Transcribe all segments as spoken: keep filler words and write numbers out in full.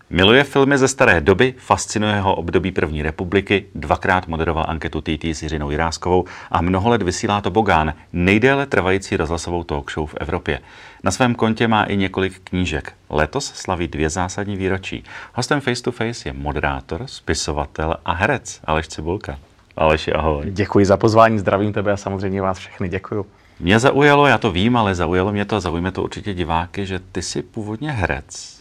Miluje filmy ze staré doby, fascinuje ho období první republiky, dvakrát moderoval anketu T T s Jiřinou Jiráskovou a mnoho let vysílá Tobogán, nejdéle trvající rozhlasovou talk show v Evropě. Na svém kontě má i několik knížek. Letos slaví dvě zásadní výročí. Hostem Face to Face je moderátor, spisovatel a herec Aleš Cibulka. Aleši, ahoj. Děkuji za pozvání, zdravím tebe a samozřejmě vás všechny děkuju. Mě zaujalo, já to vím, ale zaujalo mě to a zaujme to určitě diváky, že ty jsi původně herec.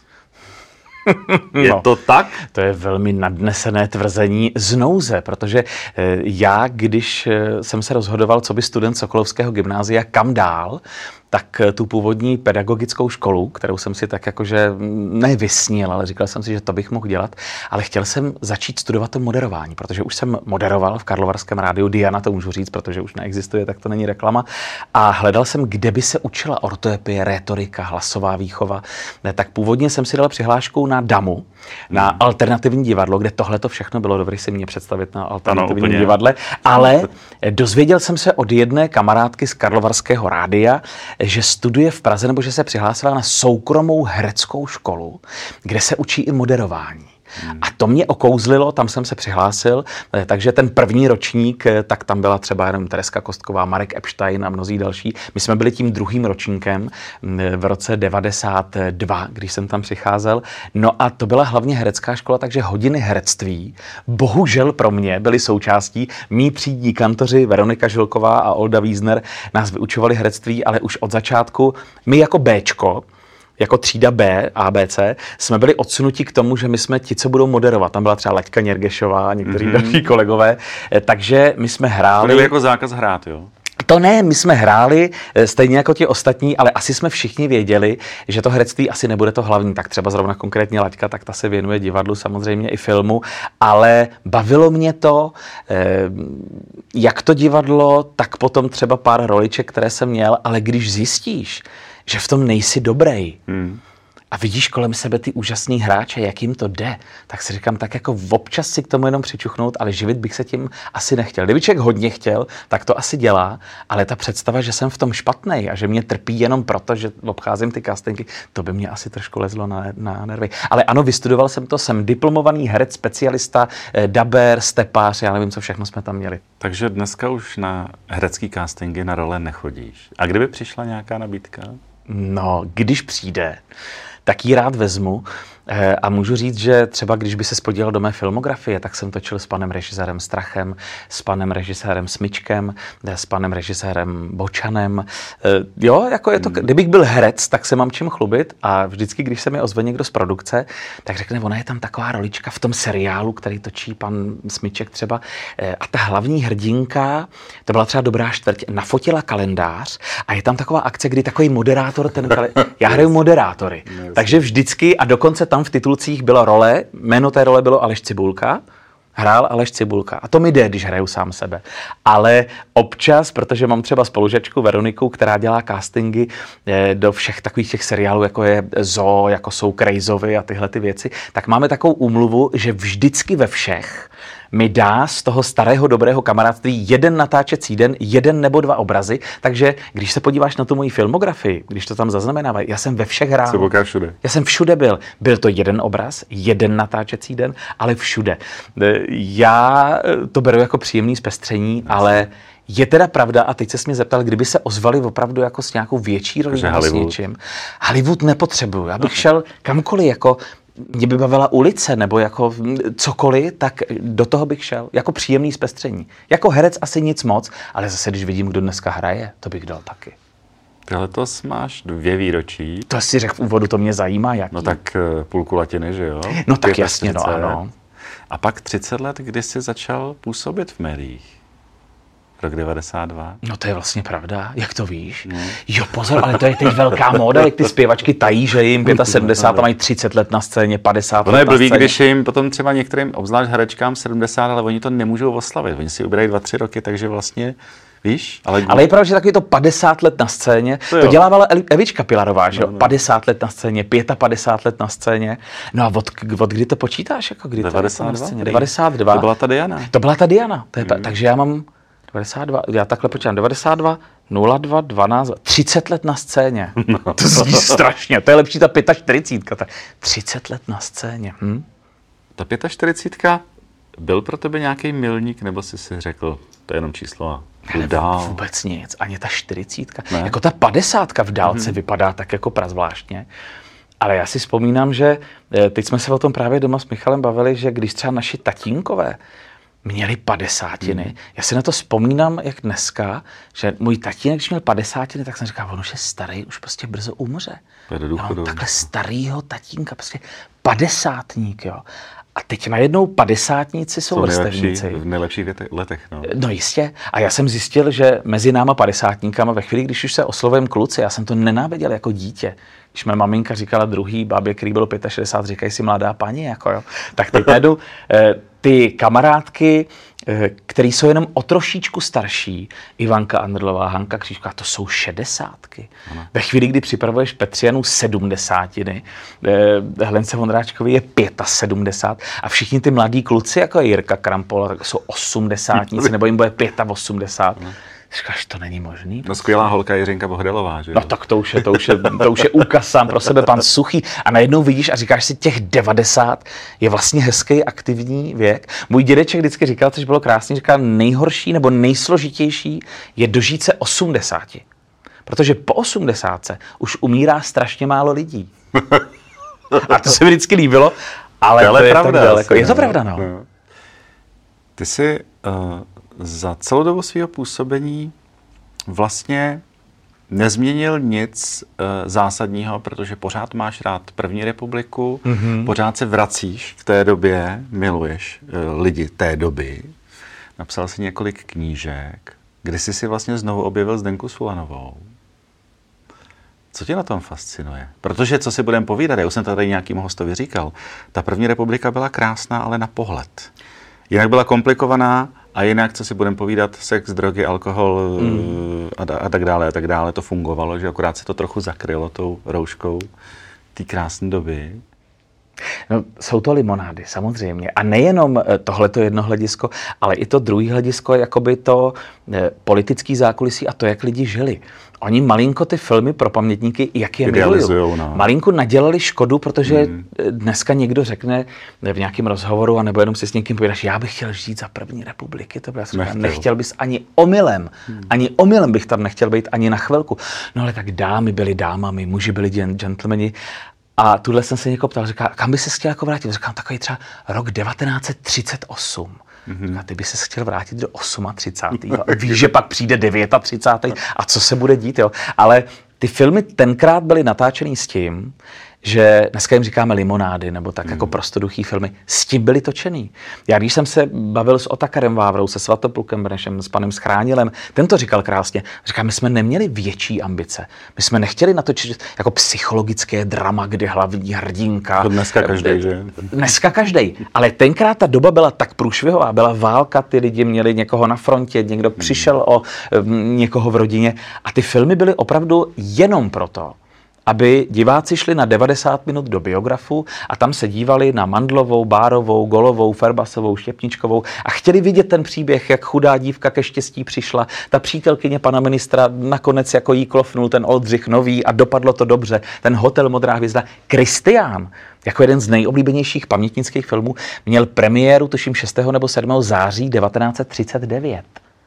Je no, to tak? To je velmi nadnesené tvrzení z nouze, protože já, když jsem se rozhodoval, co by student Sokolovského gymnázia kam dál, tak tu původní pedagogickou školu, kterou jsem si tak jakože nevysnil, ale říkal jsem si, že to bych mohl dělat, ale chtěl jsem začít studovat to moderování, protože už jsem moderoval v Karlovarském rádiu, Diana to můžu říct, protože už neexistuje, tak to není reklama, a hledal jsem, kde by se učila ortoepie, rétorika, hlasová výchova. Tak původně jsem si dal přihlášku na DAMu, na hmm. alternativní divadlo, kde tohle to všechno bylo, dobré si mě představit na alternativním ano, divadle, ale dozvěděl jsem se od jedné kamarádky z Karlovarského rádia, že studuje v Praze, nebo že se přihlásila na soukromou hereckou školu, kde se učí i moderování. Hmm. A to mě okouzlilo, tam jsem se přihlásil, takže ten první ročník, tak tam byla třeba jenom Tereska Kostková, Marek Epstein a mnozí další. My jsme byli tím druhým ročníkem v roce devadesát dva, když jsem tam přicházel. No a to byla hlavně herecká škola, takže hodiny herectví, bohužel pro mě, byly součástí. Mí třídní kantoři Veronika Žilková a Olda Wiesner nás vyučovali herectví, ale už od začátku my jako Béčko, jako třída B, A B C, jsme byli odsunuti k tomu, že my jsme ti, co budou moderovat. Tam byla třeba Laďka Něrgešová a některý mm-hmm. další kolegové. Takže my jsme hráli... To byl jako zákaz hrát, jo? To ne, my jsme hráli stejně jako ti ostatní, ale asi jsme všichni věděli, že to herectví asi nebude to hlavní. Tak třeba zrovna konkrétně Laďka, tak ta se věnuje divadlu, samozřejmě i filmu, ale bavilo mě to, jak to divadlo, tak potom třeba pár roliček, které jsem měl, ale když zjistíš, že v tom nejsi dobrý hmm. a vidíš kolem sebe ty úžasný hráče, jak jim to jde, tak si říkám, tak jako občas si k tomu jenom přičuchnout, ale živit bych se tím asi nechtěl. Kdyby člověk hodně chtěl, tak to asi dělá, ale ta představa, že jsem v tom špatnej a že mě trpí jenom proto, že obcházím ty castingy, to by mě asi trošku lezlo na, na nervy. Ale ano, vystudoval jsem to, jsem diplomovaný herec, specialista, daber, stepář, já nevím, co všechno jsme tam měli. Takže dneska už na herecký castingy na role nechodíš. A kdyby přišla nějaká nabídka? No, když přijde, tak ji rád vezmu a můžu říct, že třeba když by se spodíval do mé filmografie, tak jsem točil s panem režisérem Strachem, s panem režisérem Smyčkem, s panem režisérem Bočanem. Jo, jako je to, kdybych byl herec, tak se mám čím chlubit a vždycky, když se mi ozve někdo z produkce, tak řekne, ona je tam taková rolička v tom seriálu, který točí pan Smyček třeba, a ta hlavní hrdinka, to byla třeba Dobrá čtvrť, nafotila kalendář a je tam taková akce, kdy takový moderátor, ten kalendář, já hraju moderátory, takže vždycky a dokonce tam v titulcích byla role, jméno té role bylo Aleš Cibulka, hrál Aleš Cibulka. A to mi jde, když hraju sám sebe. Ale občas, protože mám třeba spolužačku Veroniku, která dělá castingy do všech takových těch seriálů, jako je Zoo, jako jsou Krejzovi a tyhle ty věci, tak máme takovou úmluvu, že vždycky ve všech mi dá z toho starého dobrého kamarádství jeden natáčecí den, jeden nebo dva obrazy, takže když se podíváš na tu moji filmografii, když to tam zaznamenávají, já jsem ve všech hrál. Cibulka všude. Já jsem všude byl. Byl to jeden obraz, jeden natáčecí den, ale všude. Já to beru jako příjemný zpestření, ale je teda pravda, a teď se mě zeptal, kdyby se ozvali opravdu jako s nějakou větší rolí nebo s něčím. Hollywood nepotřebuju. Já bych šel kamkoliv, jako mě by bavila ulice nebo jako cokoliv, tak do toho bych šel. Jako příjemný zpestření. Jako herec asi nic moc, ale zase, když vidím, kdo dneska hraje, to bych dal taky. Ty letos máš dvě výročí. To si řekl v úvodu, to mě zajímá, jaký. No tak půlku latiny, že jo? No tak jasně, no ano. A pak třicet let, kdy jsi začal působit v médiích. Rok devadesát dva. No to je vlastně pravda, jak to víš? No. Jo, pozor, ale to je teď velká móda, jak ty zpěvačky tají, že jim sedmdesát pět a mají třicet let na scéně, padesát let ono je blbý, na scéně. když jim potom třeba některým, obzvlášť herečkám sedmdesát, ale oni to nemůžou oslavit. Oni si ubírají dva, tři roky, takže vlastně, víš? Ale, ale je pravda, že taky to padesát let na scéně, to, to dělávala Evička Pilarová, že jo? No, no. padesát let na scéně, padesát pět let na scéně. No a od, od kdy to počítáš? Jako kdy devadesát dva. To na scéně? devadesát dva. To byla ta Diana. To byla ta Diana. To je, hmm. Takže já mám devadesát dva, já takhle počítám, devadesát dva, nula dva dvanáct, třicet let na scéně. No. To zní strašně, to je lepší ta čtyřicet pět. třicet let na scéně. Hm? Ta čtyřicet pět byl pro tebe nějaký milník, nebo jsi si řekl, to je jenom číslo a dál? Vůbec nic, ani ta čtyřicítka. Ne? Jako ta padesátka v dálce hmm. vypadá tak jako prazvláštně. Ale já si vzpomínám, že teď jsme se o tom právě doma s Michalem bavili, že když třeba naši tatínkové měli padesátiny. Hmm. Já si na to vzpomínám, jak dneska, že můj tatínek, když měl padesátiny, tak jsem říkal, on už je starý, už prostě brzo umře. Já mám takhle starýho tatínka, prostě padesátník, jo. A teď najednou padesátníci jsou, jsou vrstevníci. V nejlepších letech, no. No jistě. A já jsem zjistil, že mezi náma padesátníkama ve chvíli, když už se oslovujeme kluci, já jsem to nenáviděl jako dítě. Když mé maminka říkala druhý babě, který bylo šedesát pět, říkají si mladá paní, jako jo. Tak teď najdu ty kamarádky, který jsou jenom o trošičku starší, Ivanka Andrlová, Hanka Křížková, to jsou šedesátky. Ano. Ve chvíli, kdy připravuješ Petrianu sedmdesátiny, Helence Vondráčkovi je sedmdesát pět a všichni ty mladí kluci, jako je Jirka Krampola, tak jsou osmdesátníci, nebo jim bude osmdesát pět. Ano. Říkáš, to není možný. No skvělá holka Jiřinka Bohdalová, že jo? No tak to už je, to už je, to už je úkaz sám pro sebe, pan Suchý. A najednou vidíš a říkáš si, těch devadesát je vlastně hezký, aktivní věk. Můj dědeček vždycky říkal, což bylo krásný, říkal, nejhorší nebo nejsložitější je dožít se osmdesáti. Protože po osmdesátce už umírá strašně málo lidí. A to se mi vždycky líbilo, ale to, to je pravda. Tak daleko. Je to pravda, no. no. Ty jsi uh... za celou dobu svého působení vlastně nezměnil nic e, zásadního, protože pořád máš rád první republiku, mm-hmm. pořád se vracíš v té době, miluješ e, lidi té doby. Napsal si několik knížek. Kdy jsi si vlastně znovu objevil Zdenku Sulanovou? Co tě na tom fascinuje? Protože, co si budeme povídat, já už jsem to tady nějakým hostovi říkal, ta první republika byla krásná, ale na pohled. Jinak byla komplikovaná, a jinak, co si budeme povídat, sex, drogy, alkohol mm. a, a tak dále, a tak dále, to fungovalo, že akorát se to trochu zakrylo tou rouškou té krásné doby. No, jsou to limonády, samozřejmě. A nejenom tohleto jedno hledisko, ale i to druhé hledisko, jakoby to eh, politický zákulisí a to, jak lidi žili. Oni malinko ty filmy pro pamětníky, jak je milují. No. Malinko nadělali škodu, protože hmm. dneska někdo řekne v nějakém rozhovoru, anebo jenom si s někým povídáš, já bych chtěl žít za první republiky. To bych nechtěl. nechtěl bys ani omylem. Hmm. Ani omylem bych tam nechtěl být ani na chvilku. No ale tak dámy byly dámami, muži byli gentlemani. A tuhle jsem se někoho ptal, říká, kam by se chtěl jako vrátit? Říkám, takový třeba rok devatenáct set třicet osm. Mm-hmm. Říká, ty by se chtěl vrátit do třicátého osmého Víš, že pak přijde třicátého devátého a co se bude dít, jo? Ale ty filmy tenkrát byly natáčený s tím, že dneska jim říkáme limonády, nebo tak mm. jako prostoduchý filmy, s tím byly točený. Já když jsem se bavil s Otakarem Vávrou, se Svatoplukem Benešem, s panem Schránilem, ten to říkal krásně. Říká, my jsme neměli větší ambice. My jsme nechtěli natočit jako psychologické drama, kde hlavní hrdinka. To dneska každý, že? Dneska každý. Ale tenkrát ta doba byla tak průšvihová, byla válka, ty lidi měli někoho na frontě, někdo mm. přišel o um, někoho v rodině a ty filmy byly opravdu jenom proto, aby diváci šli na devadesát minut do biografu a tam se dívali na Mandlovou, Bárovou, Golovou, Ferbasovou, Štěpničkovou a chtěli vidět ten příběh, jak chudá dívka ke štěstí přišla, ta přítelkyně pana ministra nakonec jako jí klofnul ten Oldřich Nový a dopadlo to dobře, ten Hotel Modrá hvězda. Kristián, jako jeden z nejoblíbenějších pamětnických filmů, měl premiéru tuším šestého nebo sedmého září devatenáct set třicet devět.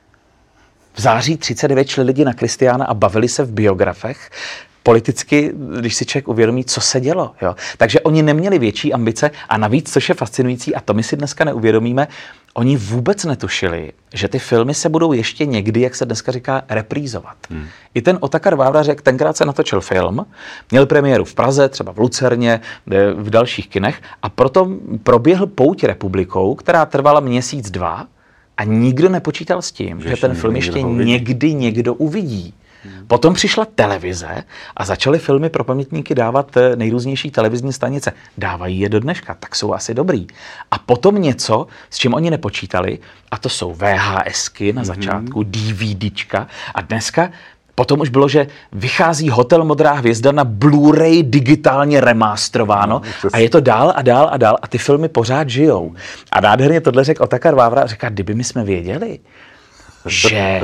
V září třicet devět šli lidi na Kristiána a bavili se v biografech, politicky, když si člověk uvědomí, co se dělo. Jo. Takže oni neměli větší ambice a navíc, což je fascinující, a to my si dneska neuvědomíme, oni vůbec netušili, že ty filmy se budou ještě někdy, jak se dneska říká, reprízovat. Hmm. I ten Otakar Vávra řekl, tenkrát se natočil film, měl premiéru v Praze, třeba v Lucerně, v dalších kinech a proto proběhl pouť republikou, která trvala měsíc, dva a nikdo nepočítal s tím, že, že ten film ještě někdy někdo uvidí. Hmm. Potom přišla televize a začaly filmy pro pamětníky dávat nejrůznější televizní stanice. Dávají je do dneška, tak jsou asi dobrý. A potom něco, s čím oni nepočítali, a to jsou VHSky na začátku, hmm. DVDčka a dneska potom už bylo, že vychází Hotel Modrá hvězda na Blu-ray digitálně remastrováno no, a je to dál a dál a dál a ty filmy pořád žijou. A nádherně tohle řekl Otakar Vávra a říká, kdyby my jsme věděli, že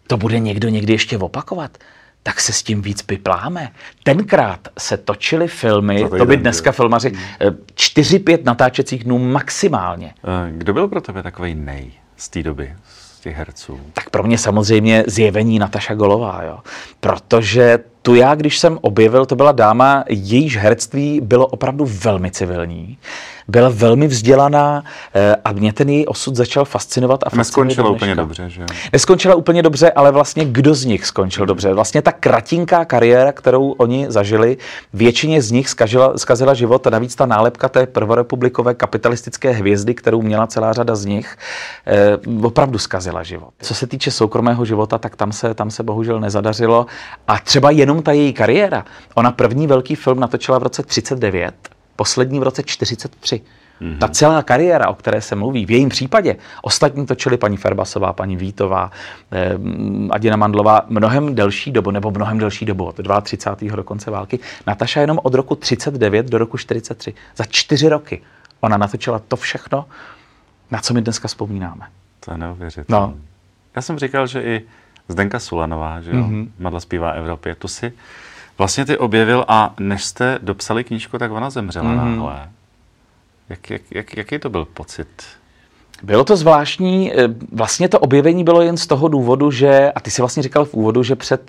to bude někdo někdy ještě opakovat, tak se s tím víc pipláme. Tenkrát se točily filmy, to by dneska filmaři, čtyři, pět natáčecích dnů maximálně. Kdo byl pro tebe takovej nej z té doby, z těch herců? Tak pro mě samozřejmě zjevení Nataša Golová, jo. Protože tu já, když jsem objevil, to byla dáma, jejíž herectví bylo opravdu velmi civilní. Byla velmi vzdělaná a mě ten její osud začal fascinovat a fascinovat. Neskončila úplně dobře, že jo? Neskončila úplně dobře, ale vlastně kdo z nich skončil dobře? Vlastně ta kratinká kariéra, kterou oni zažili, většině z nich zkazila, zkazila život a navíc ta nálepka té prvorepublikové kapitalistické hvězdy, kterou měla celá řada z nich, eh, opravdu zkazila život. Co se týče soukromého života, tak tam se, tam se bohužel nezadařilo a třeba jenom ta její kariéra. Ona první velký film natočila v roce třicet devět, poslední v roce čtyřicet tři. Mm-hmm. Ta celá kariéra, o které se mluví, v jejím případě, ostatní točili paní Ferbasová, paní Vítová, eh, Adina Mandlová, mnohem delší dobu, nebo mnohem delší dobu, od třicátého druhého do konce války. Nataša jenom od roku třicet devět do roku čtyřicet tři. Za čtyři roky ona natočila to všechno, na co my dneska vzpomínáme. To je neuvěřitelné. No. Já jsem říkal, že i Zdenka Sulanová, že jo, mm-hmm. Madla zpívá Evropě, tu si vlastně ty objevil a než jste dopsali knížku, tak ona zemřela mm-hmm. náhle. Jak, jak, jak, jaký to byl pocit? Bylo to zvláštní. Vlastně to objevení bylo jen z toho důvodu, že, a ty si vlastně říkal v úvodu, že před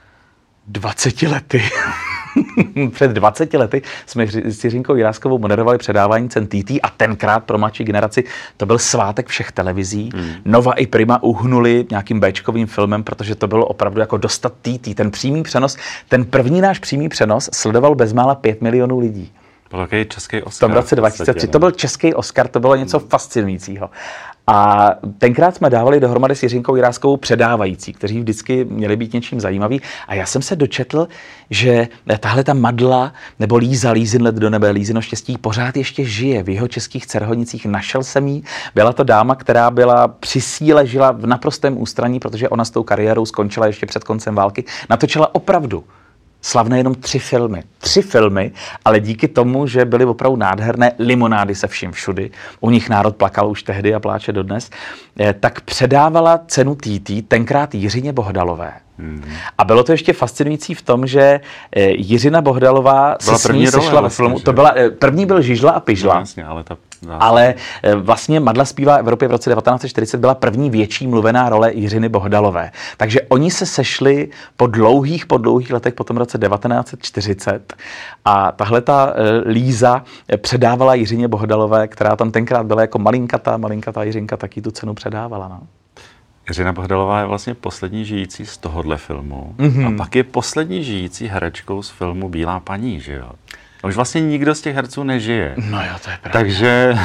dvaceti lety, před dvaceti lety jsme s Jiřinkou Jiráskovou moderovali předávání cen T T a tenkrát pro mladší generaci to byl svátek všech televizí. Hmm. Nova i Prima uhnuli nějakým béčkovým filmem, protože to bylo opravdu jako dostat T T. Ten přímý přenos, ten první náš přímý přenos sledoval bezmála pět milionů lidí. Byl takový český Oscar. V tom roce dva tisíce tři. To byl český Oscar, to bylo něco hmm. fascinujícího. A tenkrát jsme dávali dohromady s Jiřinkou Jiráskovou předávající, kteří vždycky měli být něčím zajímavý. A já jsem se dočetl, že tahle ta Madla, nebo Líza, Lízin let do nebe, Lízino štěstí, pořád ještě žije v jeho českých Cerhonicích. Našel jsem jí. Byla to dáma, která byla při síle, žila v naprostém ústraní, protože ona s tou kariérou skončila ještě před koncem války. Natočila opravdu slavné jenom tři filmy. Tři filmy, ale díky tomu, že byly opravdu nádherné, Limonády se vším všudy, u nich národ plakal už tehdy a pláče dodnes, tak předávala cenu T T tenkrát Jiřině Bohdalové. Hmm. A bylo to ještě fascinující v tom, že Jiřina Bohdalová se s ní sešla ve filmu. To byla, první byl Žižla a Pižla. No, jasně, ale, ta, ale vlastně Madla zpívá Evropě v roce devatenáct set čtyřicet byla první větší mluvená role Jiřiny Bohdalové. Takže oni se sešli po dlouhých, po dlouhých letech po tom roce devatenáct set čtyřicet a tahle ta Líza předávala Jiřině Bohdalové, která tam tenkrát byla jako malinkatá, malinkatá Jiřinka, taky tu cenu předávala. No. Jiřina Bohdalová je vlastně poslední žijící z tohohle filmu. Mm-hmm. A pak je poslední žijící herečkou z filmu Bílá paní, že jo? A už vlastně nikdo z těch herců nežije. No jo, to je pravda. Takže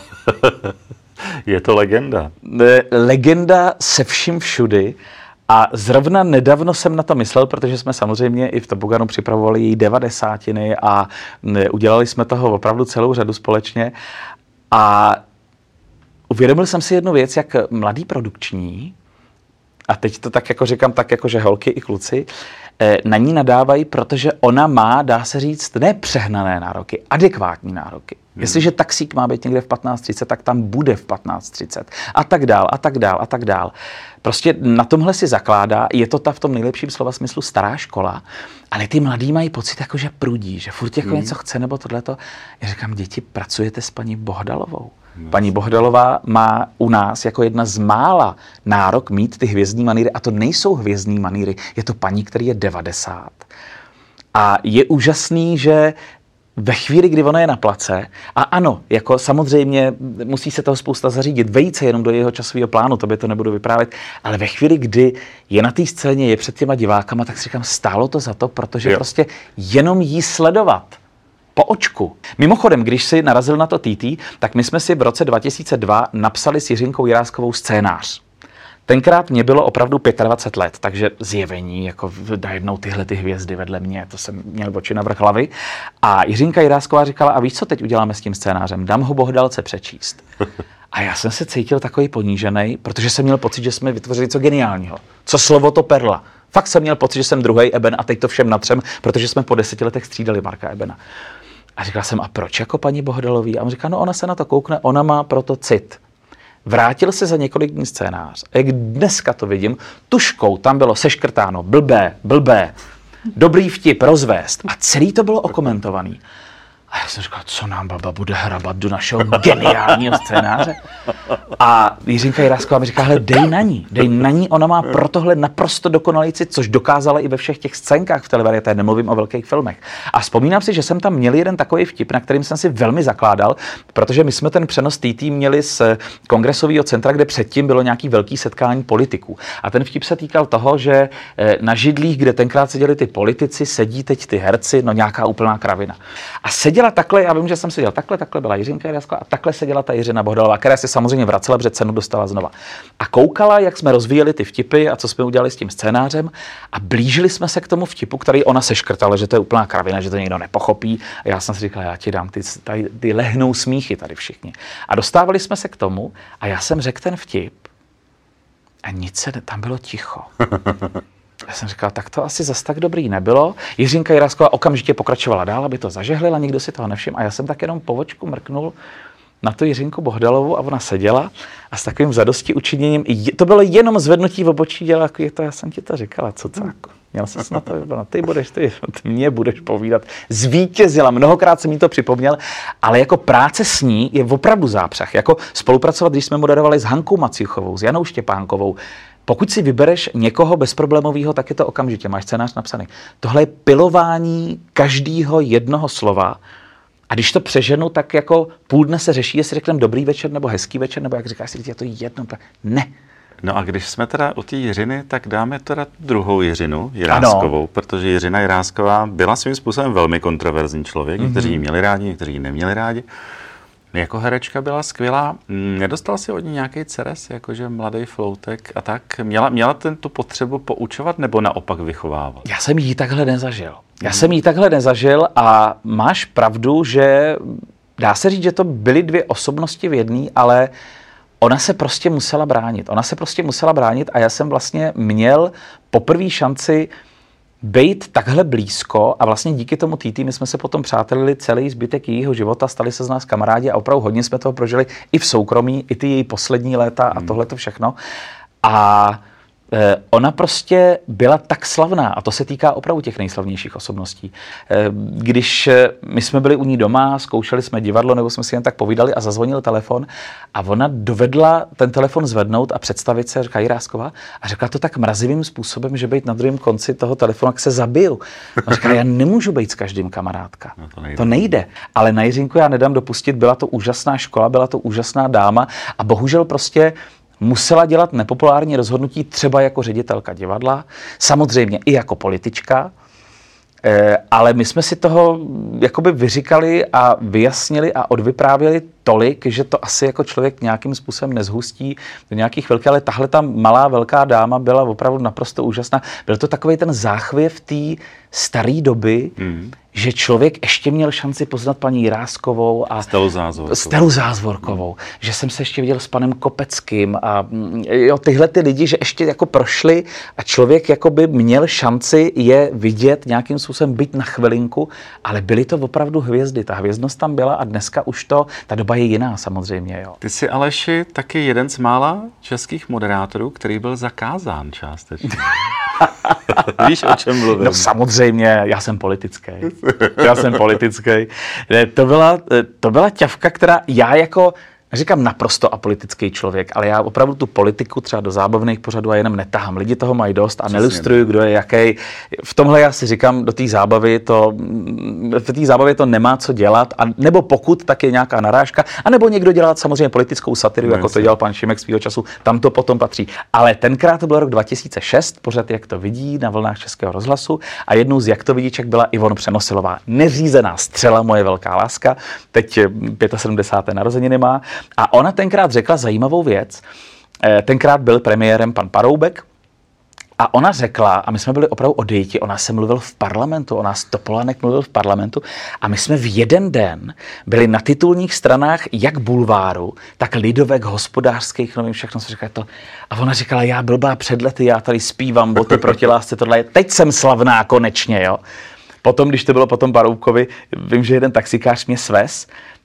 je to legenda. Legenda se vším všudy. A zrovna nedávno jsem na to myslel, protože jsme samozřejmě i v Toboganu připravovali její devadesátiny a udělali jsme toho opravdu celou řadu společně. A uvědomil jsem si jednu věc, jak mladý produkční, a teď to tak jako říkám, tak jako že holky i kluci, na ní nadávají, protože ona má, dá se říct, ne přehnané nároky, adekvátní nároky. Hmm. Jestliže taxík má být někde v patnáct třicet, tak tam bude v patnáct třicet. A tak dál, a tak dál, a tak dál. Prostě na tomhle si zakládá, je to ta v tom nejlepším slova smyslu stará škola, ale ty mladí mají pocit, jako že prudí, že furt jako hmm. něco chce nebo tohleto. Já říkám, děti, pracujete s paní Bohdalovou. Paní Bohdalová má u nás jako jedna z mála nárok mít ty hvězdní manýry, a to nejsou hvězdní manýry, je to paní, který je devadesát. A je úžasný, že ve chvíli, kdy ona je na place, a ano, jako samozřejmě musí se toho spousta zařídit, vejít se jenom do jeho časového plánu, to by to nebudu vyprávět, ale ve chvíli, kdy je na té scéně, je před těma divákama, tak si říkám, stálo to za to, protože jo. prostě jenom jí sledovat po očku. Mimochodem, když si narazil na to T T, tak my jsme si v roce dva tisíce dva napsali s Jiřinkou Jiráskovou scénář. Tenkrát mě bylo opravdu dvacet pět let, takže zjevení, jako najednou tyhle ty hvězdy vedle mě, to jsem měl oči na vrch hlavy. A Jiřinka Jirásková říkala, a víš, co teď uděláme s tím scénářem? Dám ho Bohdalce přečíst. A já jsem se cítil takový ponížený, protože jsem měl pocit, že jsme vytvořili něco geniálního. Co slovo to perla. Fakt jsem měl pocit, že jsem druhej Eben a teď to všem natřem, protože jsme po deseti letech střídali Marka Ebena. A říkala jsem, a proč jako paní Bohdalový? A on říká, no ona se na to koukne, ona má proto cit. Vrátil se za několik dní scénář. A jak dneska to vidím, tuškou tam bylo seškrtáno, blbé, blbé, dobrý vtip, rozvést. A celý to bylo okomentovaný. A já jsem říkal, co nám baba bude hrabat do našeho geniálního scénáře. A Jiřinka Jirásková mi říká, hele, dej na ní, dej na ní, ona má pro tohle naprosto dokonalý cit, což dokázala i ve všech těch scénkách v televarietě, nemluvím o velkých filmech. A vzpomínám si, že jsem tam měl jeden takový vtip, na kterým jsem si velmi zakládal, protože my jsme ten přenos T T měli z kongresového centra, kde předtím bylo nějaký velký setkání politiků. A ten vtip se týkal toho, že na židlích, kde tenkrát seděli ty politici, sedí teď ty herci, no nějaká úplná kravina. A seděla takhle, já vím, že jsem seděl takhle, takhle byla Jiřinka Jirásková a takhle seděla ta Jiřina Bohdalová, která se samozřejmě vracela, protože cenu dostala znova. A koukala, jak jsme rozvíjeli ty vtipy a co jsme udělali s tím scénářem a blížili jsme se k tomu vtipu, který ona seškrtala, že to je úplná kravina, že to někdo nepochopí. A já jsem si říkal, já ti dám, ty, tady, ty lehnou smíchy tady všichni. A dostávali jsme se k tomu a já jsem řekl ten vtip a nic se, tam bylo ticho. Já jsem říkal, tak to asi zas tak dobrý nebylo. Jiřinka Jirásková okamžitě pokračovala dál, aby to zažehlila, nikdo si toho nevšiml a já jsem tak jenom po očku mrknul na tu Jiřinku Bohdalovou a ona seděla a s takovým zadosti učiněním, to bylo jenom zvednutí v obočí děla, jako je to, já jsem ti to říkala, co to jako, měl jsem na to, no, ty budeš, ty, ty mě budeš povídat, zvítězila, mnohokrát jsem jí to připomněl, ale jako práce s ní je opravdu zápřah, jako spolupracovat, když jsme moderovali s Hankou Macíchovou, s Janou Štěpánkovou. Pokud si vybereš někoho bezproblémového, tak je to okamžitě, máš scénář napsaný. Tohle je pilování každého jednoho slova a když to přeženu, tak jako půl dne se řeší, jestli řekneme dobrý večer nebo hezký večer, nebo jak říkáš si, je to jedno, tak ne. No a když jsme teda u té Jiřiny, tak dáme teda druhou Jiřinu Jiráskovou, ano. Protože Jiřina Jirásková byla svým způsobem velmi kontroverzní člověk, mm-hmm. Někteří ji měli rádi, někteří ji neměli rádi. Jako herečka byla skvělá. Nedostal si od ní nějaký ceres, jakože mladý floutek a tak? Měla, měla ten tu potřebu poučovat nebo naopak vychovávat? Já jsem jí takhle nezažil. Já hmm. jsem jí takhle nezažil a máš pravdu, že dá se říct, že to byly dvě osobnosti v jedné, ale ona se prostě musela bránit. Ona se prostě musela bránit a já jsem vlastně měl poprvé šanci bejt takhle blízko a vlastně díky tomu T T my jsme se potom přátelili celý zbytek jejího života, stali se z nás kamarádi a opravdu hodně jsme toho prožili i v soukromí, i ty její poslední léta a tohle to všechno. A eh, ona prostě byla tak slavná a to se týká opravdu těch nejslavnějších osobností. Eh, když my jsme byli u ní doma, zkoušeli jsme divadlo nebo jsme si jen tak povídali a zazvonil telefon a ona dovedla ten telefon zvednout a představit se, říká Jirásková, a řekla to tak mrazivým způsobem, že být na druhém konci toho telefonu, jak se zabiju. A říkala, já nemůžu být s každým kamarádka. No to, nejde. to nejde. Ale na Jiřinku já nedám dopustit, byla to úžasná škola, byla to úžasná dáma a bohužel prostě musela dělat nepopulární rozhodnutí třeba jako ředitelka divadla, samozřejmě i jako politička, ale my jsme si toho jakoby vyříkali a vyjasnili a odvyprávěli tolik, že to asi jako člověk nějakým způsobem nezhustí do nějakých velkých, ale tahle ta malá velká dáma byla opravdu naprosto úžasná. Byl to takový ten záchvěv té staré doby, mm. že člověk ještě měl šanci poznat paní Jiráskovou a Stelu Zázvorkovou. Stelu Zázvorkovou, že jsem se ještě viděl s panem Kopeckým a jo, tyhle ty lidi, že ještě jako prošli a člověk jakoby měl šanci je vidět nějakým způsobem, být na chvilinku, ale byly to opravdu hvězdy. Ta hvězdnost tam byla a dneska už to, ta doba je jiná samozřejmě. Jo. Ty jsi, Aleši, taky jeden z mála českých moderátorů, který byl zakázán částečně. Víš, o čem mluvím? No samozřejmě, já jsem politický. Já jsem politický. To byla, to byla ťavka, která já jako, říkám naprosto apolitický člověk, ale já opravdu tu politiku třeba do zábavných pořadů a jenom netahám. Lidi toho mají dost a nelustruju, kdo je jaký. V tomhle já si říkám, do té zábavy to, v té zábavě to nemá co dělat, a nebo pokud, tak je nějaká narážka, anebo někdo dělat samozřejmě politickou satiru, no, jako to dělal pan Šimek svýho času, tam to potom patří. Ale tenkrát to byl rok dva tisíce šest, pořad Jak to vidí na vlnách Českého rozhlasu a jednou z Jak to vidíček byla Ivon Přenosilová. Neřízená střela, moje velká láska, teď sedmdesáté páté narozeniny má. A ona tenkrát řekla zajímavou věc. Tenkrát byl premiérem pan Paroubek a ona řekla, a my jsme byli opravdu odejiti, ona se mluvil v parlamentu, ona z Topolánek mluvil v parlamentu a my jsme v jeden den byli na titulních stranách jak bulváru, tak Lidovek, Hospodářských novin, všechno se říká to. A ona říkala, já blbá před lety, já tady zpívám boty proti lásce, tohle, teď jsem slavná konečně, jo. Potom, když to bylo potom Paroubkovi, vím, že jeden taxikář mě svez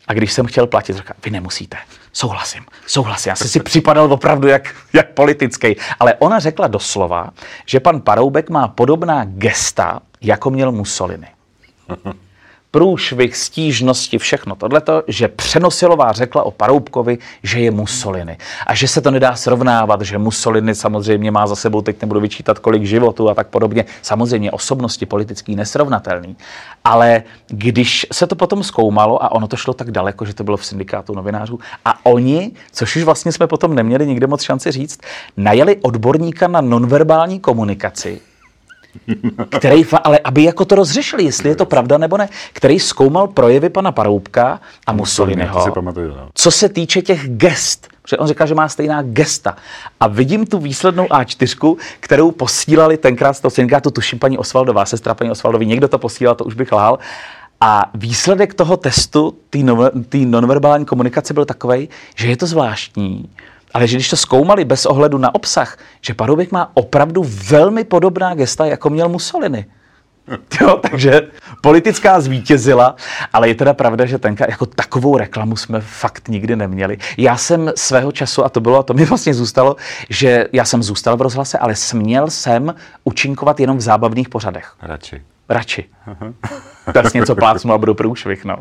A když jsem chtěl platit, říkal, vy nemusíte. Souhlasím, souhlasím. Já jsem si připadal opravdu jak, jak politický. Ale ona řekla doslova, že pan Paroubek má podobná gesta, jako měl Mussolini. Průšvih, stížnosti, všechno tohleto, že Přenosilová řekla o Paroubkovi, že je Mussolini. A že se to nedá srovnávat, že Mussolini samozřejmě má za sebou, teď nebudu vyčítat, kolik životů a tak podobně. Samozřejmě osobnosti politický nesrovnatelný. Ale když se to potom zkoumalo a ono to šlo tak daleko, že to bylo v syndikátu novinářů a oni, což už vlastně jsme potom neměli nikde moc šanci říct, najali odborníka na nonverbální komunikaci, který, ale aby jako to rozřešili, jestli je to pravda nebo ne, který zkoumal projevy pana Paroubka a Mussoliniho, co se týče těch gest, protože on říká, že má stejná gesta. A vidím tu výslednou á čtyři, kterou posílali tenkrát z toho syndikátu, tuším paní Osvaldová, sestra paní Osvaldový, někdo to posílal, to už bych lhal. A výsledek toho testu, té nonverbální komunikace byl takovej, že je to zvláštní, ale že když to zkoumali bez ohledu na obsah, že Paroubek má opravdu velmi podobná gesta, jako měl Mussolini. Jo, takže politická zvítězila, ale je teda pravda, že tenka jako takovou reklamu jsme fakt nikdy neměli. Já jsem svého času, a to bylo, a to mi vlastně zůstalo, že já jsem zůstal v rozhlase, ale směl jsem účinkovat jenom v zábavných pořadech. Radši. Radši. Tak něco plácnu a budu průšvih, no.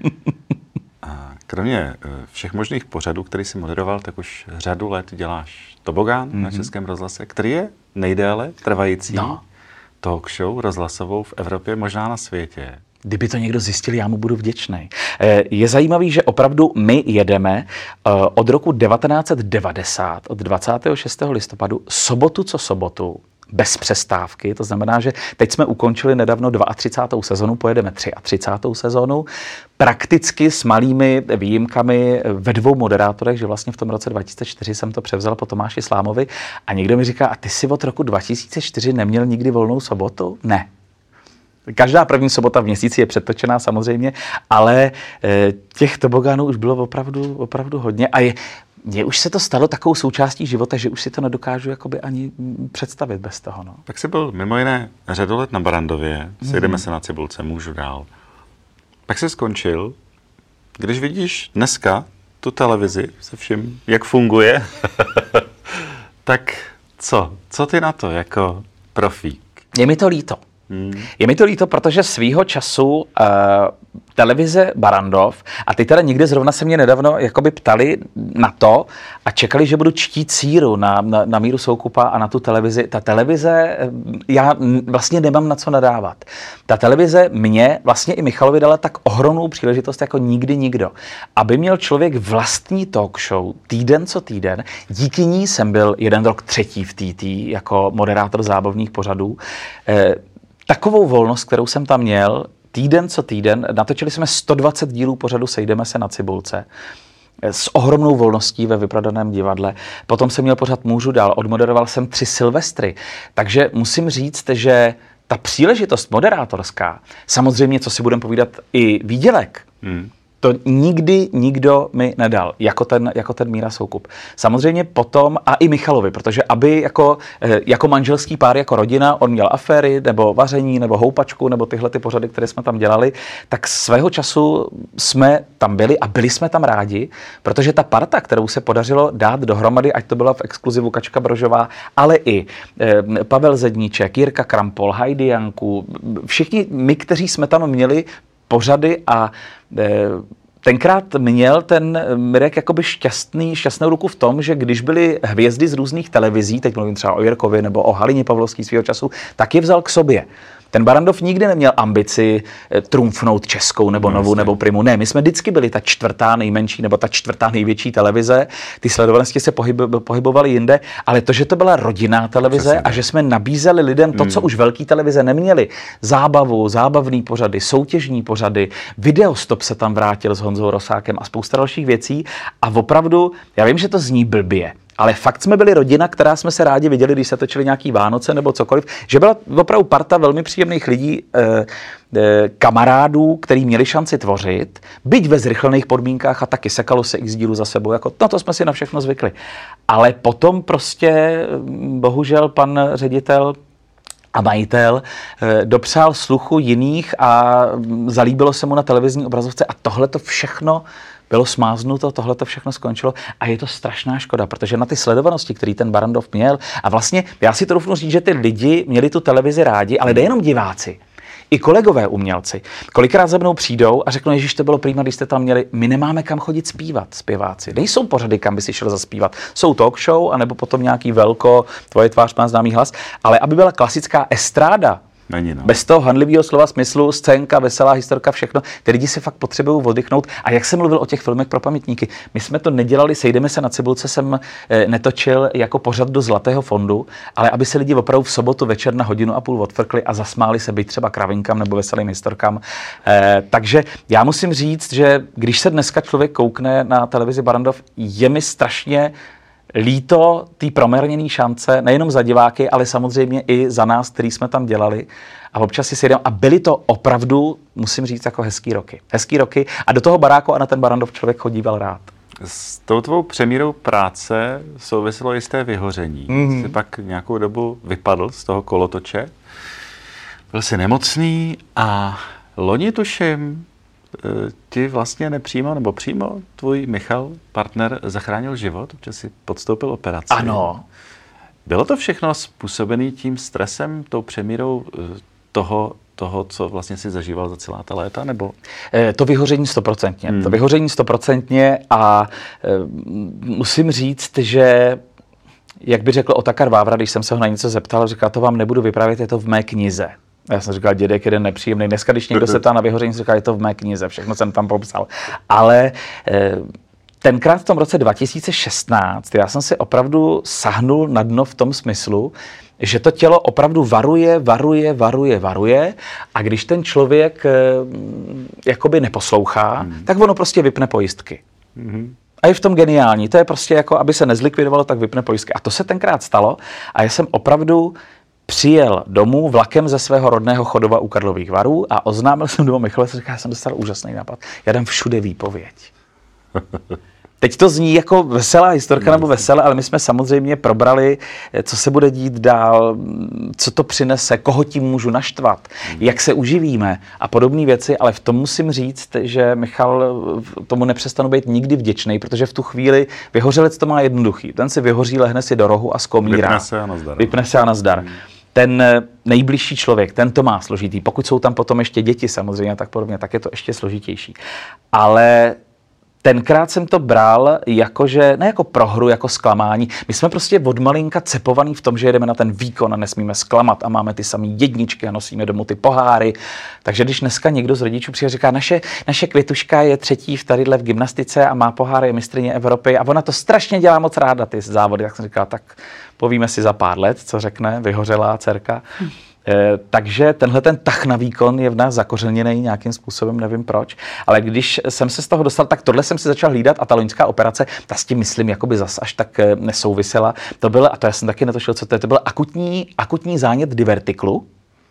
Kromě všech možných pořadů, který jsi moderoval, tak už řadu let děláš Tobogán mm-hmm. na Českém rozhlase, který je nejdéle trvající no. talk show rozhlasovou v Evropě, možná na světě. Kdyby to někdo zjistil, já mu budu vděčný. Je zajímavý, že opravdu my jedeme od roku devatenáct set devadesát, od dvacátého šestého listopadu, sobotu co sobotu, bez přestávky, to znamená, že teď jsme ukončili nedávno třicátou druhou sezonu, pojedeme třicátou třetí sezonu, prakticky s malými výjimkami ve dvou moderátorech, že vlastně v tom roce dva tisíce čtyři jsem to převzal po Tomáši Slámovi a někdo mi říká, a ty si od roku dva tisíce čtyři neměl nikdy volnou sobotu? Ne. Každá první sobota v měsíci je předtočená samozřejmě, ale těch tobogánů už bylo opravdu, opravdu hodně a je, mně už se to stalo takovou součástí života, že už si to nedokážu jakoby ani představit bez toho. No. Tak jsi byl mimo jiné řadu let na Barrandově, sejdeme mm. se na Cibulce, můžu dál. Pak jsi skončil, když vidíš dneska tu televizi se vším, jak funguje, tak co? Co ty na to jako profík? Je mi to líto. Hmm. Je mi to líto, protože svýho času uh, televize Barrandov, a ty teda někde zrovna se mě nedávno jakoby ptali na to a čekali, že budu čtít síru na, na, na Míru Soukupa a na tu televizi. Ta televize, já vlastně nemám na co nadávat. Ta televize mě, vlastně i Michalovi dala tak ohromnou příležitost jako nikdy nikdo. Aby měl člověk vlastní talk show týden co týden, díky ní jsem byl jeden rok třetí v T T jako moderátor zábavných pořadů. Eh, Takovou volnost, kterou jsem tam měl, týden co týden, natočili jsme sto dvacet dílů pořadu Sejdeme se na Cibulce s ohromnou volností ve vyprodaném divadle. Potom jsem měl pořad Můžu dál, odmoderoval jsem tři Silvestry. Takže musím říct, že ta příležitost moderátorská, samozřejmě, co si budeme povídat, i výdělek, hmm. to nikdy nikdo mi nedal, jako ten, jako ten Míra Soukup. Samozřejmě potom, a i Michalovi, protože aby jako, jako manželský pár, jako rodina, on měl aféry, nebo vaření, nebo houpačku, nebo tyhle ty pořady, které jsme tam dělali, tak svého času jsme tam byli a byli jsme tam rádi, protože ta parta, kterou se podařilo dát dohromady, ať to byla v exkluzivu Kačka Brožová, ale i eh, Pavel Zedníček, Jirka Krampol, Heidi Janku, všichni my, kteří jsme tam měli pořady a e, tenkrát měl ten Mirek jakoby šťastný, šťastnou ruku v tom, že když byly hvězdy z různých televizí, teď mluvím třeba o Jirkovi nebo o Halině Pavlovský svého času, tak je vzal k sobě. Ten Barrandov nikdy neměl ambici trumfnout Českou nebo Novou nebo Primu. Ne, my jsme vždycky byli ta čtvrtá nejmenší nebo ta čtvrtá největší televize. Ty sledovanosti se pohyb, pohybovaly jinde, ale to, že to byla rodinná televize Přesně. a že jsme nabízeli lidem to, co mm. už velký televize neměli. Zábavu, zábavný pořady, soutěžní pořady, Videostop se tam vrátil s Honzou Rosákem a spousta dalších věcí. A opravdu, já vím, že to zní blbě, ale fakt jsme byli rodina, která jsme se rádi viděli, když se točili nějaký Vánoce nebo cokoliv, že byla opravdu parta velmi příjemných lidí, eh, eh, kamarádů, který měli šanci tvořit, byť ve zrychlených podmínkách a taky sekalo se x dílů za sebou, jako no to jsme si na všechno zvykli. Ale potom prostě, bohužel pan ředitel a majitel e, dopřál sluchu jiných a zalíbilo se mu na televizní obrazovce a tohle to všechno bylo smáznuto, tohle to všechno skončilo a je to strašná škoda, protože na ty sledovanosti, který ten Barrandov měl a vlastně já si to doufnu říct, že ty lidi měli tu televizi rádi, ale nejenom diváci, i kolegové umělci. Kolikrát za mnou přijdou a řeknou, Ježíš, to bylo prima, když jste tam měli, my nemáme kam chodit zpívat, zpěváci. Nejsou pořady, kam by si šel zaspívat. Jsou talk show, anebo potom nějaký velko, tvoje tvář má známý hlas, ale aby byla klasická estráda, Není, no. bez toho hanlivého slova smyslu, scénka, veselá historka, všechno. Ty lidi si fakt potřebují oddychnout. A jak jsem mluvil o těch filmech pro pamětníky, my jsme to nedělali, sejdeme se na Cibulce, jsem e, netočil jako pořad do Zlatého fondu, ale aby se lidi opravdu v sobotu večer na hodinu a půl odfrkli a zasmáli se být třeba kravinkám nebo veselým historkám. E, takže já musím říct, že když se dneska člověk koukne na televizi Barrandov, je mi strašně líto té proměrněné šance, nejenom za diváky, ale samozřejmě i za nás, který jsme tam dělali. A občas si sjedeme. A byly to opravdu, musím říct, jako hezký roky. Hezký roky. A do toho baráku a na ten Barrandov člověk chodíval rád. S tou tvou přemírou práce souviselo jisté vyhoření. Mm-hmm. Jsi pak nějakou dobu vypadl z toho kolotoče. Byl jsi nemocný a loni tuším, ti vlastně nepřímo, nebo přímo tvůj Michal, partner, zachránil život, protože si podstoupil operaci. Ano. Bylo to všechno způsobené tím stresem, tou přemírou toho, toho, co vlastně si zažíval za celá ta léta, nebo? To vyhoření stoprocentně. Hmm. To vyhoření stoprocentně a e, musím říct, že jak by řekl Otakar Vávra, když jsem se ho na něco zeptal, říkal, to vám nebudu vyprávět, je to v mé knize. Já jsem říkal, dědek jeden nepříjemný. Dneska, když někdo se ptá na vyhoření, jsem říkal, je to v mé knize, všechno jsem tam popsal. Ale e, tenkrát v tom roce dva tisíce šestnáct, já jsem si opravdu sahnul na dno v tom smyslu, že to tělo opravdu varuje, varuje, varuje, varuje a když ten člověk e, jakoby neposlouchá, mm. tak ono prostě vypne pojistky. Mm. A je v tom geniální. To je prostě jako, aby se nezlikvidovalo, tak vypne pojistky. A to se tenkrát stalo a já jsem opravdu přijel domů vlakem ze svého rodného Chodova u Karlových Varů a oznámil jsem doma Michale, říká, já jsem dostal úžasný nápad. Já dám všude výpověď. Teď to zní jako veselá historka nebo veselé, ale my jsme samozřejmě probrali, co se bude dít dál, co to přinese, koho tím můžu naštvat, jak se uživíme a podobné věci, ale v tom musím říct, že Michal tomu nepřestanu být nikdy vděčný, protože v tu chvíli vyhořelec to má jednoduchý. Ten si vyhoří, lehne si do rohu a skomírá. Vypne se a nazdar. Vypne se a nazdar. Hmm. Ten nejbližší člověk, ten to má složitý. Pokud jsou tam potom ještě děti samozřejmě a tak podobně, tak je to ještě složitější. Ale tenkrát jsem to bral jakože, ne jako prohru, jako zklamání. My jsme prostě od malinka cepovaný v tom, že jedeme na ten výkon a nesmíme zklamat a máme ty samé jedničky a nosíme domů ty poháry. Takže když dneska někdo z rodičů přijde a říká, naše, naše Květuška je třetí v tadyhle v gymnastice a má poháry, je mistryně Evropy a ona to strašně dělá moc ráda, ty závody, tak jsem říkal, tak povíme si za pár let, co řekne vyhořelá dcerka. Hm. E, takže tenhle ten tah na výkon je v nás zakořeněný nějakým způsobem, nevím proč, ale když jsem se z toho dostal, tak tohle jsem si začal hlídat a ta loňská operace, ta s tím myslím, jakoby zas až tak nesouvisela. To bylo, a to já jsem taky netušil, co to je, to byl akutní, akutní zánět divertiklu.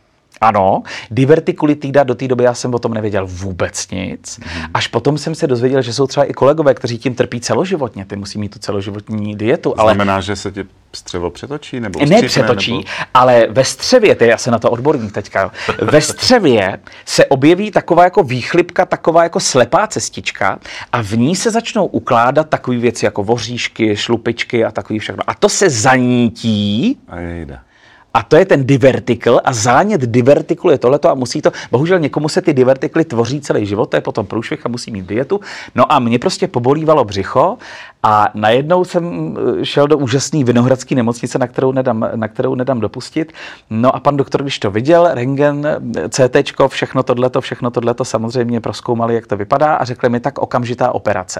Ano, divertikulitida, do té doby já jsem o tom nevěděl vůbec nic. Mm. Až potom jsem se dozvěděl, že jsou třeba i kolegové, kteří tím trpí celoživotně. Ty musí mít tu celoživotní dietu. Ale znamená, že se ti střevo přetočí? Nebo ne přetočí, nebo... ale ve střevě, ty já jsem na to odborník teďka, jo. Ve střevě se objeví taková jako výchlipka, taková jako slepá cestička a v ní se začnou ukládat takové věci jako voříšky, šlupičky a takový všechno. A to se zanítí. A jejda. A to je ten divertikl a zánět divertiklu je tohleto a musí to, bohužel někomu se ty divertikly tvoří celý život, to je potom průšvih a musí mít dietu. No a mě prostě pobolívalo břicho a najednou jsem šel do úžasné vinohradské nemocnice, na kterou nedám, na kterou nedám dopustit. No a pan doktor, když to viděl, rentgen, CTčko, všechno tohleto, všechno tohleto samozřejmě prozkoumali, jak to vypadá a řekli mi tak okamžitá operace.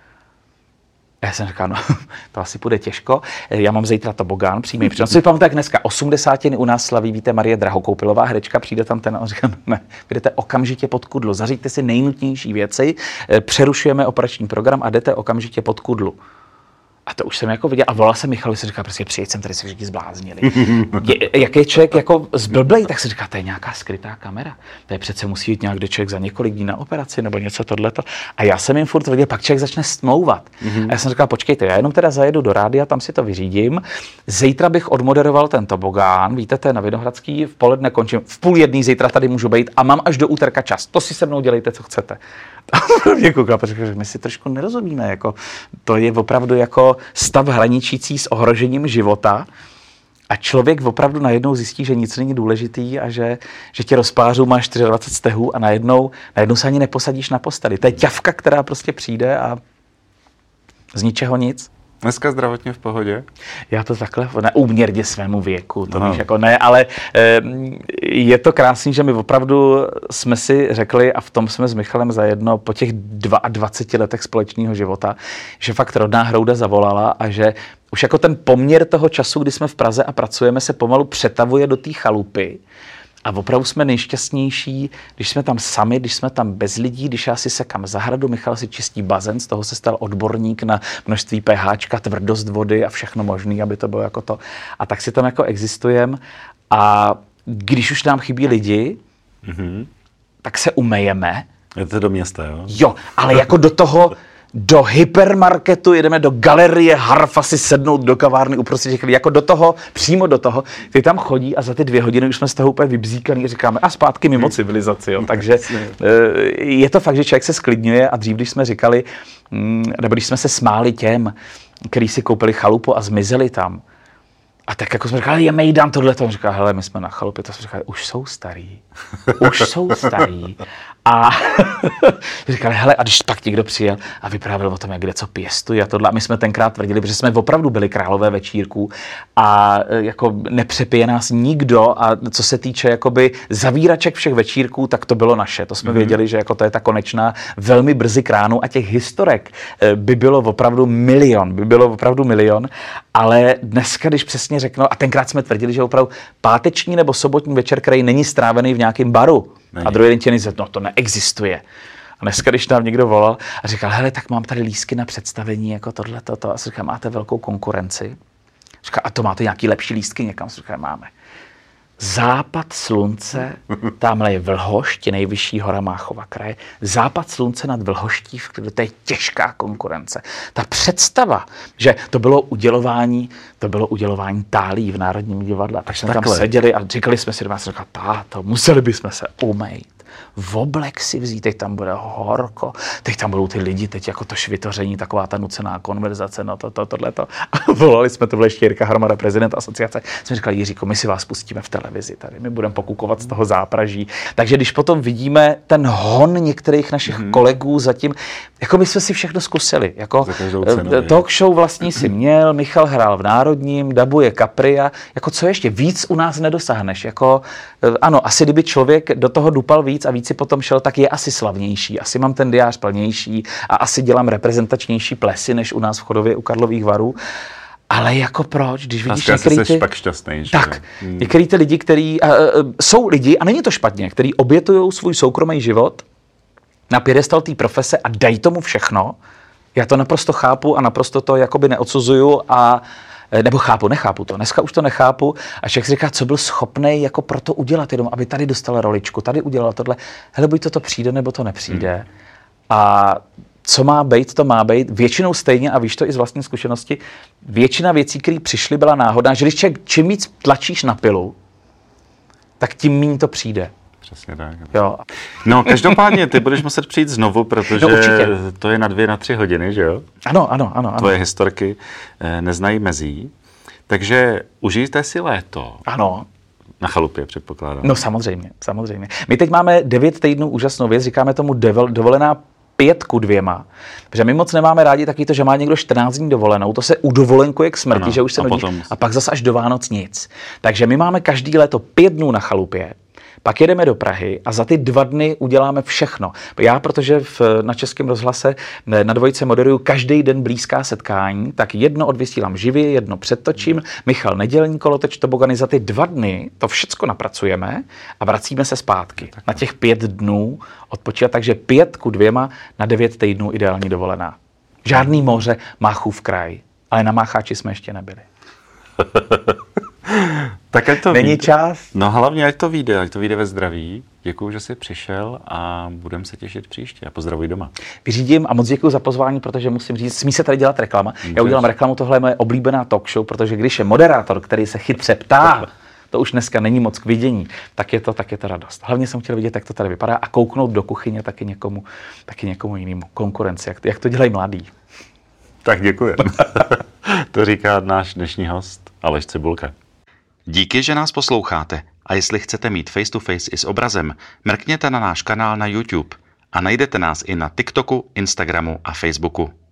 Já jsem říkal, no, to asi půjde těžko. Já mám zítra tobogán, přímý přenos. Co si pamatuju, jak dneska osmdesátiny u nás slaví, víte, Marie Drahokoupilová, herečka, přijde tam ten a on říká, ne, jdete okamžitě pod kudlu, zařiďte si nejnutnější věci, přerušujeme operační program a jdete okamžitě pod kudlu. A to už jsem jako viděl. A volal jsem Michalu, se říká, prostě přijeď sem, tady se všichni zbláznili. Je, jak je člověk jako zblblej, tak se říká, to je nějaká skrytá kamera. To je přece musí jít nějak, kde člověk za několik dní na operaci nebo něco tohleto. A já jsem jim furt viděl, pak člověk začne smlouvat. Mm-hmm. A já jsem říkal, počkejte, já jenom teda zajedu do rádia, tam si to vyřídím. Zítra bych odmoderoval ten tobogán, víte, to je na Vinohradský, v poledne končím, v půl jedný zítra tady můžu být a mám až do úterka čas. To si se mnou dělejte, co chcete. A mě koukal, protože my si trošku nerozumíme, jako to je opravdu jako stav hraničící s ohrožením života a člověk opravdu najednou zjistí, že nic není důležitý a že, že tě rozpářů máš dvacet čtyři stehů a najednou, najednou se ani neposadíš na posteli. To je ťavka, která prostě přijde a z ničeho nic. Dneska zdravotně v pohodě? Já to takhle, neúměrně svému věku, to víš, jako ne, ale e, je to krásný, že my opravdu jsme si řekli, a v tom jsme s Michalem zajedno po těch dvaceti dvou letech společného života, že fakt rodná hrouda zavolala a že už jako ten poměr toho času, kdy jsme v Praze a pracujeme, se pomalu přetavuje do té chalupy. A opravdu jsme nejšťastnější, když jsme tam sami, když jsme tam bez lidí, když já si sekám zahradu, Michal si čistí bazén, z toho se stal odborník na množství pHčka, tvrdost vody a všechno možné, aby to bylo jako to. A tak si tam jako existujeme a když už nám chybí lidi, mm-hmm. tak se umejeme. Jdete do města, jo? Jo, ale jako do toho, do hypermarketu, jedeme do galerie Harfa si sednout do kavárny uprostřed těch lidí, jako do toho, přímo do toho, ty tam chodí a za ty dvě hodiny už jsme z toho úplně vybzíkaný a říkáme a zpátky mimo civilizaci, jo. Takže je to fakt, že člověk se sklidňuje a dřív, když jsme říkali, nebo když jsme se smáli těm, kteří si koupili chalupu a zmizeli tam, a tak jako jsme říkali, je mejdan tohleto. On říká, hele, my jsme na chalupě, to jsme říkali, už jsou starý. Už jsou starý. A říkali, hele, a když pak někdo přijel a vyprávěl o tom, jak kde co pěstuje a tohle. A my jsme tenkrát tvrdili, protože jsme opravdu byli králové večírků a jako nepřepije nás nikdo a co se týče jakoby zavíraček všech večírků, tak to bylo naše. To jsme mm-hmm. věděli, že jako to je ta konečná velmi brzy kránu a těch historek by bylo opravdu milion, by bylo opravdu milion, ale dneska, když přesně řeknou, a tenkrát jsme tvrdili, že opravdu páteční nebo sobotní večer, který není strávený v nějakém baru, není. A druhý den tě nejde, no to neexistuje. A dneska, když nám někdo volal a říkal, hele, tak mám tady lístky na představení, jako tohle, toto, a říkám, máte velkou konkurenci. Říkal, a to máte nějaký lepší lístky někam? Říkám, máme. Západ slunce, tamhle je Vlhošť, nejvyšší hora Máchova kraje. Západ slunce nad Vlhoští, to je těžká konkurence. Ta představa, že to bylo udělování, to bylo udělování tálí v Národním divadle. Tak jsme tam seděli a říkali jsme si, doma se říkali, táto, museli bychom se umýt. V oblek si vzít, teď tam bude horko, teď tam budou ty lidi, teď jako to švitoření, taková ta nucená konverzace, no to, to, tohleto. A volali jsme, to byl ještě Jirka Hromada, prezident asociace, jsme říkali, Jiříko, my si vás pustíme v televizi tady, my budeme pokukovat z toho zápraží. Takže když potom vidíme ten hon některých našich mm-hmm. kolegů zatím, jako my jsme si všechno zkusili, jako talk show vlastní si měl, Michal hrál v Národním, dabuje Capria, jako co ještě, víc u nás nedosáhneš, jako ano, asi kdyby člověk do toho dupal víc a víc si potom šel, tak je asi slavnější, asi mám ten diář plnější a asi dělám reprezentačnější plesy než u nás v Chodově u Karlových Varů. Ale jako proč, když vidíš některý ty... pak šťastný, že? Tak, hmm. některý ty lidi, který uh, jsou lidi, a není to špatně, který obětují svůj soukromý život na pědestal té profese a dají tomu všechno. Já to naprosto chápu a naprosto to jakoby neodsuzuju a nebo chápu, nechápu to. Dneska už to nechápu a člověk si říká, co byl schopný jako pro to udělat, jenom aby tady dostal roličku, tady udělal tohle. Hele, buď to, to přijde, nebo to nepřijde. Hmm. A co má být, to má být. Většinou stejně, a víš to i z vlastní zkušenosti, většina věcí, které přišly, byla náhodná, že když člověk čím víc tlačíš na pilu, tak tím méně to přijde. Přesně tak. Jo. No, každopádně ty budeš muset přijít znovu, protože no, to je na dvě, na tři hodiny, že jo? Ano, ano, ano. ano. Tvoje historky neznají mezí. Takže užijte si léto. Ano. Na chalupě, předpokládám. No samozřejmě, samozřejmě. My teď máme devět týdnů úžasnou věc, říkáme tomu dovolená pět ku dvěma. Protože my moc nemáme rádi taky to, že má někdo čtrnáct dní dovolenou, to se udovolenkuje k smrti, ano, že už se nudí, potom... a pak zase až do Vánoc nic. Takže my máme každý léto pět dnů na chalupě, pak jedeme do Prahy a za ty dva dny uděláme všechno. Já, protože v, na Českém rozhlase na Dvojce moderuju každý den blízká setkání, tak jedno odvysílám živě, jedno předtočím. Michal nedělní kolotoč tobogany, za ty dva dny to všecko napracujeme a vracíme se zpátky. Tak. Na těch pět dnů odpočívat, takže pět ku dvěma na devět týdnů ideální dovolená. Žádný moře, Máchův kraj. Ale na Mácháči jsme ještě nebyli. Tak ať to Není vyjde. čas. No hlavně ať to vyjde, ať to vyjde ve zdraví. Děkuju, že jsi přišel a budeme se těšit příště. A pozdravuj doma. Vyřídím a moc děkuji za pozvání, protože musím říct, smí se tady dělat reklama. Můžeš. Já udělám reklamu, tohle je moje oblíbená talk show, protože když je moderátor, který se chytře ptá, to už dneska není moc k vidění, tak je to, tak je to radost. Hlavně jsem chtěl vidět, jak to tady vypadá a kouknout do kuchyně taky někomu, taky někomu jinému. Konkurenci, jak, jak to dělají mladí. Tak děkuji. To říká náš dnešní host Aleš Cibulka. Díky, že nás posloucháte. A jestli chcete mít face to face i s obrazem, mrkněte na náš kanál na YouTube a najdete nás i na TikToku, Instagramu a Facebooku.